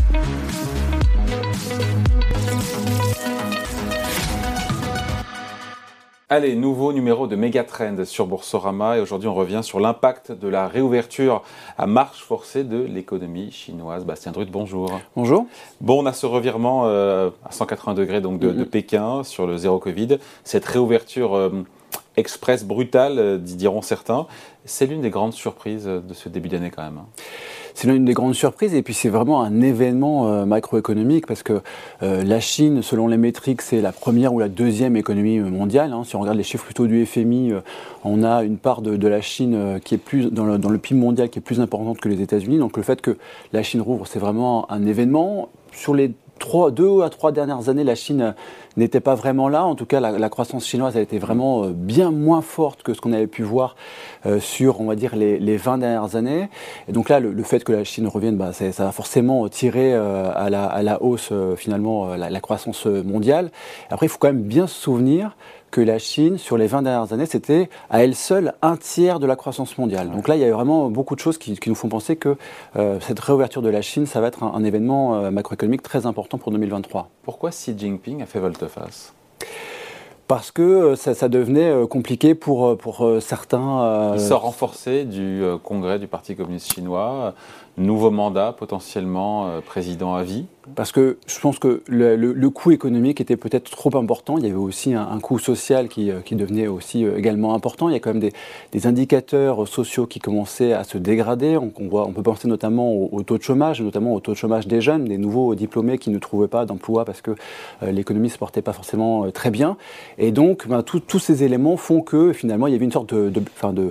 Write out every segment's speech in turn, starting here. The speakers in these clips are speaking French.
Allez, nouveau numéro de Megatrend sur Boursorama et aujourd'hui on revient sur l'impact de la réouverture à marche forcée de l'économie chinoise. Bastien Drut, bonjour. Bonjour. Bon, on a ce revirement à 180 degrés donc de Pékin sur le zéro Covid. Cette réouverture express, brutale, diront certains. C'est l'une des grandes surprises de ce début d'année quand même. C'est l'une des grandes surprises et puis c'est vraiment un événement macroéconomique parce que la Chine, selon les métriques, c'est la première ou la deuxième économie mondiale. Si on regarde les chiffres plutôt du FMI, on a une part de la Chine qui est plus dans le PIB mondial qui est plus importante que les États-Unis. Donc le fait que la Chine rouvre, c'est vraiment un événement. Sur les 2 à 3 dernières années, la Chine n'était pas vraiment là. En tout cas, la croissance chinoise a été vraiment bien moins forte que ce qu'on avait pu voir sur, on va dire, les 20 dernières années. Et donc là, le fait que la Chine revienne, ça va forcément tirer à la hausse, finalement, la croissance mondiale. Après, il faut quand même bien se souvenir que la Chine, sur les 20 dernières années, c'était à elle seule un tiers de la croissance mondiale. Donc là, il y a vraiment beaucoup de choses qui nous font penser que cette réouverture de la Chine, ça va être un événement macroéconomique très important pour 2023. Pourquoi Xi Jinping a fait volte-face ? Parce que ça devenait compliqué pour certains. Il sort renforcé du congrès du Parti communiste chinois, nouveau mandat potentiellement président à vie. Parce que je pense que le coût économique était peut-être trop important. Il y avait aussi un coût social qui devenait aussi également important. Il y a quand même des indicateurs sociaux qui commençaient à se dégrader. On peut penser notamment au taux de chômage, notamment au taux de chômage des jeunes, des nouveaux diplômés qui ne trouvaient pas d'emploi parce que l'économie ne se portait pas forcément très bien. Et donc, tous ces éléments font que finalement, il y avait une sorte de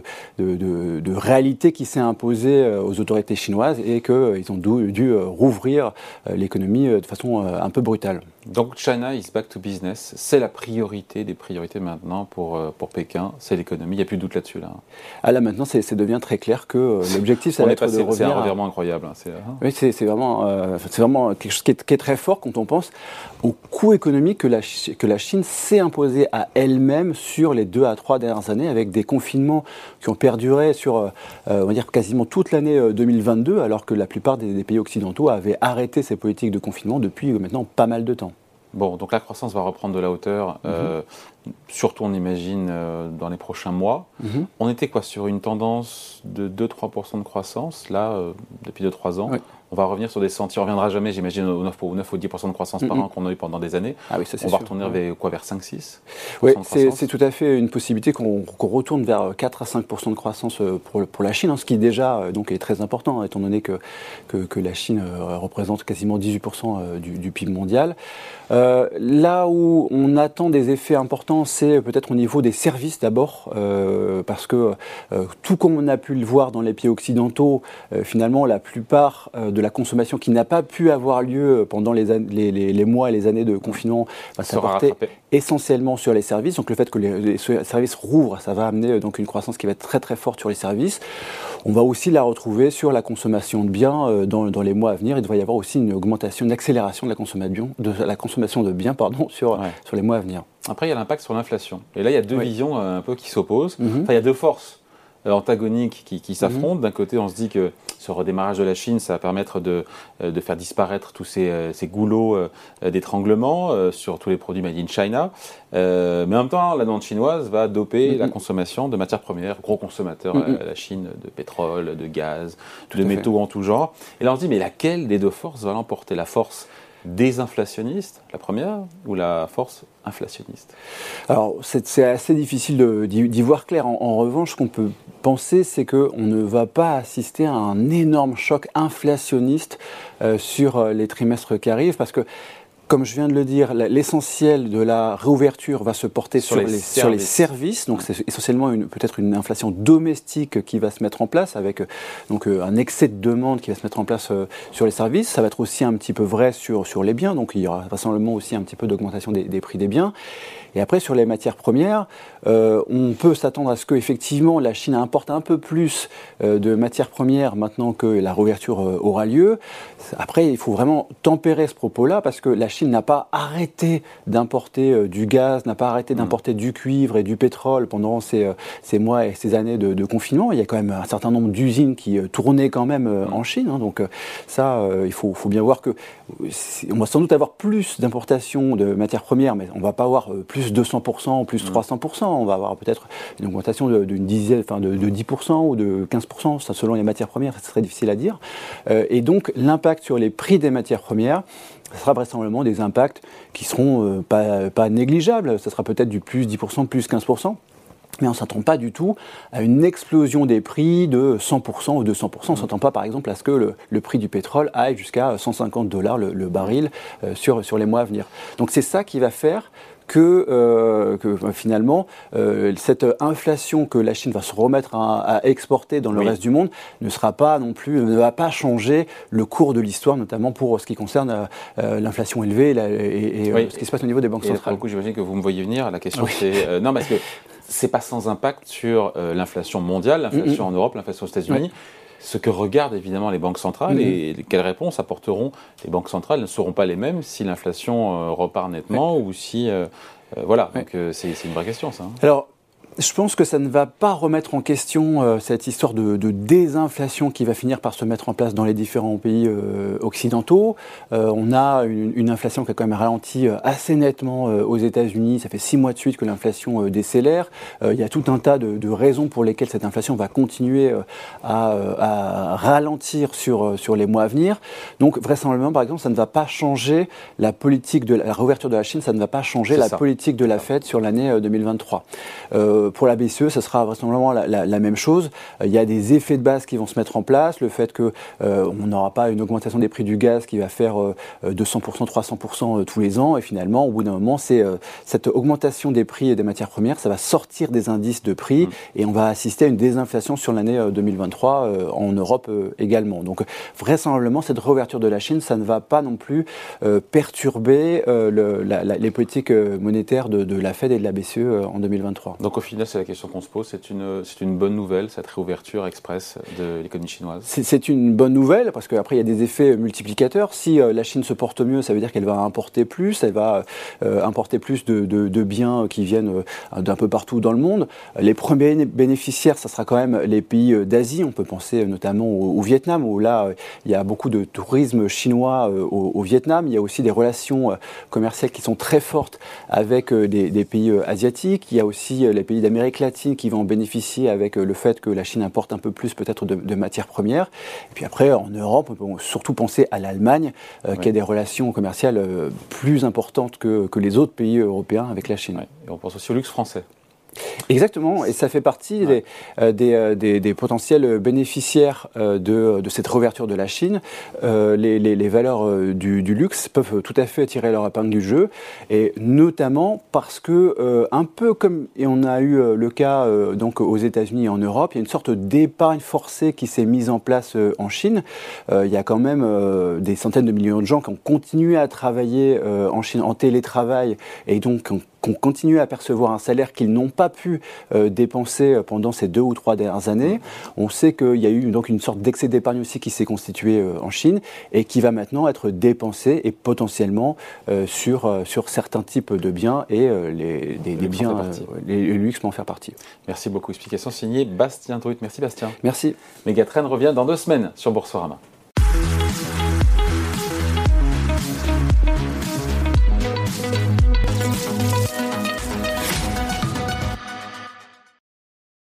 réalité qui s'est imposée aux autorités chinoises et qu'ils ont dû rouvrir l'économie de façon un peu brutale. Donc China is back to business, c'est la priorité des priorités maintenant pour Pékin, c'est l'économie, il n'y a plus de doute là-dessus. Là maintenant, ça devient très clair que l'objectif, ça va être de revenir. C'est un revirement incroyable. Oui, c'est vraiment quelque chose qui est très fort quand on pense au coût économique que la Chine s'est imposé à elle-même sur les 2 à 3 dernières années, avec des confinements qui ont perduré sur, on va dire, quasiment toute l'année 2022, alors que la plupart des pays occidentaux avaient arrêté ces politiques de confinement depuis maintenant pas mal de temps. Bon, donc la croissance va reprendre de la hauteur, surtout on imagine dans les prochains mois. On était sur une tendance de 2-3% de croissance, là, depuis 2-3 ans. Oui. On va revenir sur des sentiers, on ne reviendra jamais, j'imagine, aux 9 ou 10% de croissance par an qu'on a eu pendant des années. Ah oui, ça, c'est on va retourner vers 5-6%. Oui, c'est tout à fait une possibilité qu'on retourne vers 4 à 5% de croissance pour la Chine, ce qui déjà donc est très important, étant donné que la Chine représente quasiment 18% du PIB mondial. Là où on attend des effets importants, c'est peut-être au niveau des services d'abord, parce que tout comme on a pu le voir dans les pays occidentaux, finalement la plupart de la consommation qui n'a pas pu avoir lieu pendant les mois et les années de confinement ça portait essentiellement sur les services. Donc le fait que les services rouvrent, ça va amener donc une croissance qui va être très très forte sur les services. On va aussi la retrouver sur la consommation de biens dans les mois à venir. Il devrait y avoir aussi une augmentation, une accélération de la consommation de biens sur les mois à venir. Après, il y a l'impact sur l'inflation. Et là, il y a deux visions un peu qui s'opposent. Enfin, il y a deux forces antagoniques qui s'affrontent. D'un côté, on se dit que ce redémarrage de la Chine, ça va permettre de faire disparaître tous ces goulots d'étranglement sur tous les produits made in China. Mais en même temps, la demande chinoise va doper la consommation de matières premières, gros consommateurs la Chine de pétrole, de gaz, de métaux en tout genre. Et là, on se dit, mais laquelle des deux forces va l'emporter ? La force désinflationniste, la première, ou la force inflationniste ? Alors, c'est assez difficile d'y voir clair. En revanche, ce qu'on peut penser, c'est qu'on ne va pas assister à un énorme choc inflationniste sur les trimestres qui arrivent, parce que, comme je viens de le dire, l'essentiel de la réouverture va se porter sur les services. Donc c'est essentiellement peut-être une inflation domestique qui va se mettre en place, avec donc un excès de demande qui va se mettre en place sur les services. Ça va être aussi un petit peu vrai sur les biens, donc il y aura vraisemblablement aussi un petit peu d'augmentation des prix des biens. Et après, sur les matières premières, on peut s'attendre à ce qu'effectivement la Chine importe un peu plus de matières premières maintenant que la réouverture aura lieu. Après, il faut vraiment tempérer ce propos-là, parce que la Chine Chine n'a pas arrêté d'importer du gaz, n'a pas arrêté d'importer du cuivre et du pétrole pendant ces mois et ces années de confinement. Il y a quand même un certain nombre d'usines qui tournaient quand même en Chine. Donc ça, il faut bien voir que on va sans doute avoir plus d'importations de matières premières, mais on ne va pas avoir plus 200%, plus 300%. On va avoir peut-être une augmentation d'une dizaine, enfin de 10% ou de 15%, ça, selon les matières premières, c'est très difficile à dire. Et donc l'impact sur les prix des matières premières, ce sera vraisemblablement des impacts qui seront pas négligeables. Ça sera peut-être du plus 10%, plus 15%. Mais on ne s'attend pas du tout à une explosion des prix de 100% ou 200%. On ne s'attend pas, par exemple, à ce que le prix du pétrole aille jusqu'à $150 le baril sur les mois à venir. Donc c'est ça qui va faire que finalement, cette inflation que la Chine va se remettre à exporter dans le reste du monde ne va pas changer le cours de l'histoire, notamment pour ce qui concerne l'inflation élevée et ce qui se passe au niveau des banques centrales. Pour le coup, j'imagine que vous me voyez venir. La question, c'est... non, parce que c'est pas sans impact sur l'inflation mondiale, l'inflation en Europe, l'inflation aux États-Unis. Ce que regardent évidemment les banques centrales et quelles réponses apporteront les banques centrales ne seront pas les mêmes si l'inflation repart nettement ou si... voilà, donc c'est une vraie question ça. Alors, je pense que ça ne va pas remettre en question cette histoire de désinflation qui va finir par se mettre en place dans les différents pays occidentaux. On a une inflation qui a quand même ralenti assez nettement aux États-Unis. Ça fait 6 mois de suite que l'inflation décélère. Il y a tout un tas de raisons pour lesquelles cette inflation va continuer à ralentir sur les mois à venir. Donc vraisemblablement, par exemple, ça ne va pas changer la politique de la réouverture de la Chine, ça ne va pas changer politique de la Fed sur l'année 2023. Pour la BCE, ça sera vraisemblablement la même chose. Il y a des effets de base qui vont se mettre en place. Le fait qu'on n'aura pas une augmentation des prix du gaz qui va faire 200%, 300% tous les ans. Et finalement, au bout d'un moment, c'est cette augmentation des prix et des matières premières, ça va sortir des indices de prix et on va assister à une désinflation sur l'année 2023 en Europe également. Donc vraisemblablement, cette réouverture de la Chine, ça ne va pas non plus perturber les politiques monétaires de la Fed et de la BCE en 2023. Donc au final, c'est la question qu'on se pose. C'est une bonne nouvelle, cette réouverture express de l'économie chinoise? C'est une bonne nouvelle parce qu'après, il y a des effets multiplicateurs. Si la Chine se porte mieux, ça veut dire qu'elle va importer plus. Elle va importer plus de biens qui viennent d'un peu partout dans le monde. Les premiers bénéficiaires, ça sera quand même les pays d'Asie. On peut penser notamment au Vietnam, où là, il y a beaucoup de tourisme chinois au Vietnam. Il y a aussi des relations commerciales qui sont très fortes avec des pays asiatiques. Il y a aussi les pays d'Amérique latine qui vont en bénéficier avec le fait que la Chine importe un peu plus peut-être de matières premières. Et puis après, en Europe, on peut surtout penser à l'Allemagne qui a des relations commerciales plus importantes que les autres pays européens avec la Chine. Et on pense aussi au luxe français. Exactement, et ça fait partie des potentiels bénéficiaires de cette réouverture de la Chine. Les valeurs du luxe peuvent tout à fait tirer leur épingle du jeu, et notamment parce que, un peu comme et on a eu le cas donc aux États-Unis et en Europe, il y a une sorte d'épargne forcée qui s'est mise en place en Chine. Il y a quand même des centaines de millions de gens qui ont continué à travailler en Chine en télétravail, et donc qui ont continué à percevoir un salaire qu'ils n'ont pas pu dépenser pendant ces 2 ou 3 dernières années. On sait qu'il y a eu donc une sorte d'excès d'épargne aussi qui s'est constitué en Chine et qui va maintenant être dépensé et potentiellement sur certains types de biens et les biens, les luxe vont en faire partie. Merci beaucoup. Explication signée Bastien Truitt. Merci Bastien. Merci. Megatrend revient dans 2 semaines sur Boursorama.